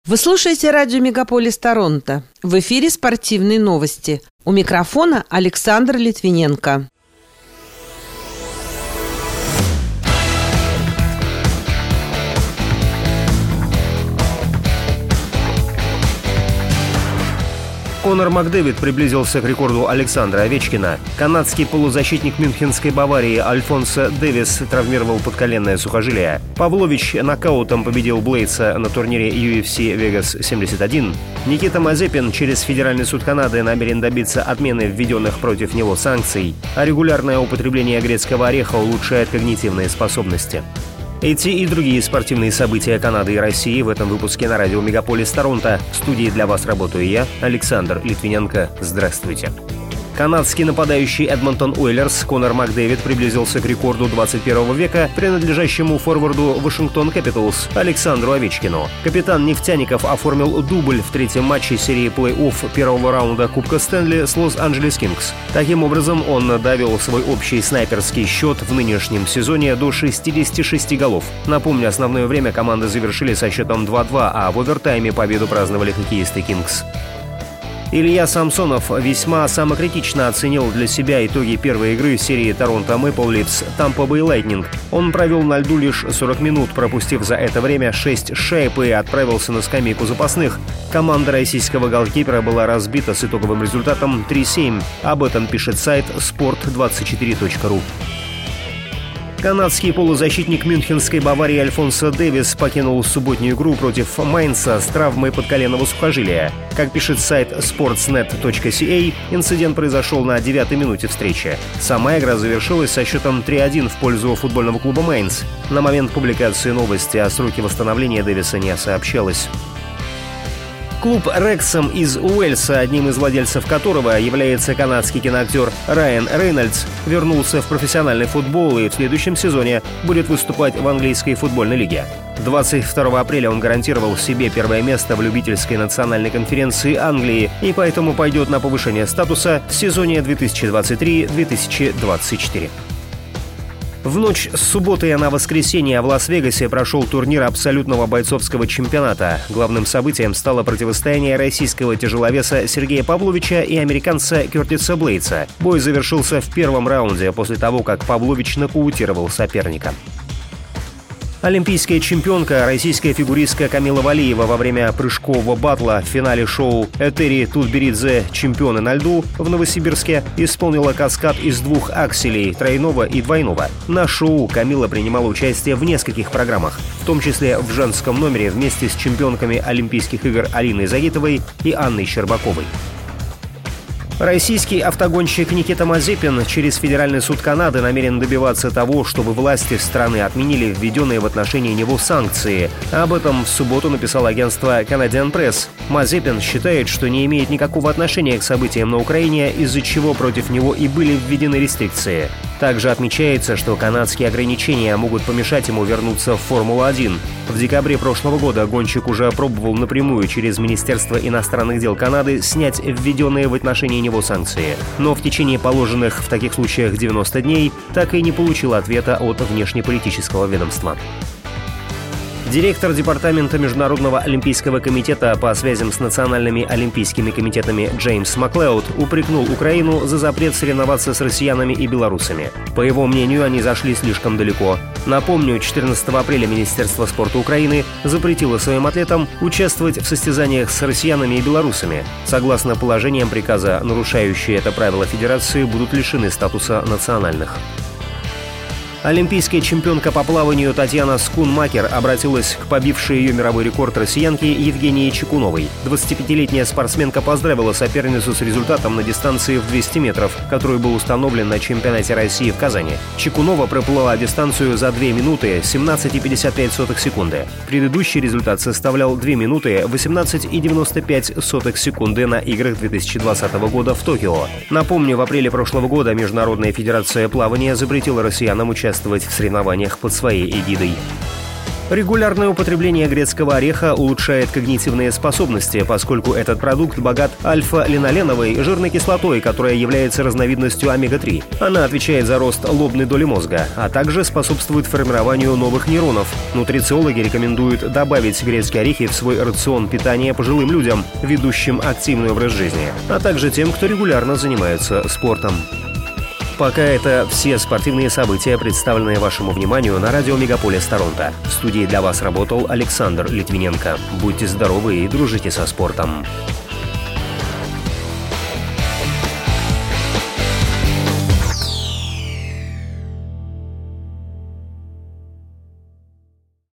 Вы слушаете радио «Мегаполис Торонто». В эфире спортивные новости. У микрофона Александр Литвиненко. Конор Макдэвид приблизился к рекорду Александра Овечкина. Канадский полузащитник мюнхенской Баварии Альфонсо Дэвис травмировал подколенное сухожилие. Павлович нокаутом победил Блейдса на турнире UFC Vegas 71. Никита Мазепин через Федеральный суд Канады намерен добиться отмены введенных против него санкций, а регулярное употребление грецкого ореха улучшает когнитивные способности. Эти и другие спортивные события Канады и России в этом выпуске на радио «Мегаполис Торонто». В студии для вас работаю я, Александр Литвиненко. Здравствуйте. Канадский нападающий Эдмонтон Уойлерс Конор Макдэвид приблизился к рекорду 21 века, принадлежащему форварду Вашингтон Капиталс Александру Овечкину. Капитан нефтяников оформил дубль в третьем матче серии плей-офф первого раунда Кубка Стэнли с Лос-Анджелес Кингс. Таким образом, он довел свой общий снайперский счет в нынешнем сезоне до 66 голов. Напомню, основное время команды завершили со счетом 2-2, а в овертайме победу праздновали хоккеисты Кингс. Илья Самсонов весьма самокритично оценил для себя итоги первой игры серии Торонто Мэпл Лифс Тампа Бэй Лайтнинг. Он провел на льду лишь 40 минут, пропустив за это время 6 шайб и отправился на скамейку запасных. Команда российского голкипера была разбита с итоговым результатом 3-7. Об этом пишет сайт sport24.ru. Канадский полузащитник мюнхенской Баварии Альфонсо Дэвис покинул субботнюю игру против Майнца с травмой подколенного сухожилия. Как пишет сайт sportsnet.ca, инцидент произошел на 9-й минуте встречи. Сама игра завершилась со счетом 3-1 в пользу футбольного клуба Майнц. На момент публикации новости о сроке восстановления Дэвиса не сообщалось. Клуб «Рексхэм» из Уэльса, одним из владельцев которого является канадский киноактер Райан Рейнольдс, вернулся в профессиональный футбол и в следующем сезоне будет выступать в английской футбольной лиге. 22 апреля он гарантировал себе первое место в любительской национальной конференции Англии и поэтому пойдет на повышение статуса в сезоне 2023-2024. В ночь с субботы на воскресенье в Лас-Вегасе прошел турнир абсолютного бойцовского чемпионата. Главным событием стало противостояние российского тяжеловеса Сергея Павловича и американца Кертиса Блейдса. Бой завершился в первом раунде после того, как Павлович нокаутировал соперника. Олимпийская чемпионка, российская фигуристка Камила Валиева во время прыжкового батла в финале шоу «Этери Тутберидзе. Чемпионы на льду» в Новосибирске исполнила каскад из 2 акселей – тройного и двойного. На шоу Камила принимала участие в нескольких программах, в том числе в женском номере вместе с чемпионками Олимпийских игр Алиной Загитовой и Анной Щербаковой. Российский автогонщик Никита Мазепин через Федеральный суд Канады намерен добиваться того, чтобы власти страны отменили введенные в отношении него санкции. Об этом в субботу написало агентство Canadian Press. Мазепин считает, что не имеет никакого отношения к событиям на Украине, из-за чего против него и были введены рестрикции. Также отмечается, что канадские ограничения могут помешать ему вернуться в Формулу-1. В декабре прошлого года гонщик уже пробовал напрямую через Министерство иностранных дел Канады снять введенные в отношении него санкции. Но в течение положенных в таких случаях 90 дней так и не получил ответа от внешнеполитического ведомства. Директор Департамента Международного олимпийского комитета по связям с национальными олимпийскими комитетами Джеймс Маклеод упрекнул Украину за запрет соревноваться с россиянами и белорусами. По его мнению, они зашли слишком далеко. Напомню, 14 апреля Министерство спорта Украины запретило своим атлетам участвовать в состязаниях с россиянами и белорусами. Согласно положениям приказа, нарушающие это правило федерации будут лишены статуса национальных. Олимпийская чемпионка по плаванию Татьяна Скунмакер обратилась к побившей ее мировой рекорд россиянке Евгении Чекуновой. 25-летняя спортсменка поздравила соперницу с результатом на дистанции в 200 метров, который был установлен на чемпионате России в Казани. Чекунова проплыла дистанцию за 2 минуты 17,55 секунды. Предыдущий результат составлял 2 минуты 18,95 секунды на играх 2020 года в Токио. Напомню, в апреле прошлого года Международная федерация плавания запретила россиянам участвовать в соревнованиях под своей эгидой. Регулярное употребление грецкого ореха улучшает когнитивные способности, поскольку этот продукт богат альфа-линоленовой жирной кислотой, которая является разновидностью омега-3. Она отвечает за рост лобной доли мозга, а также способствует формированию новых нейронов. Нутрициологи рекомендуют добавить грецкие орехи в свой рацион питания пожилым людям, ведущим активный образ жизни, а также тем, кто регулярно занимается спортом. Пока это все спортивные события, представленные вашему вниманию на радио Мегаполис Торонто. В студии для вас работал Александр Литвиненко. Будьте здоровы и дружите со спортом.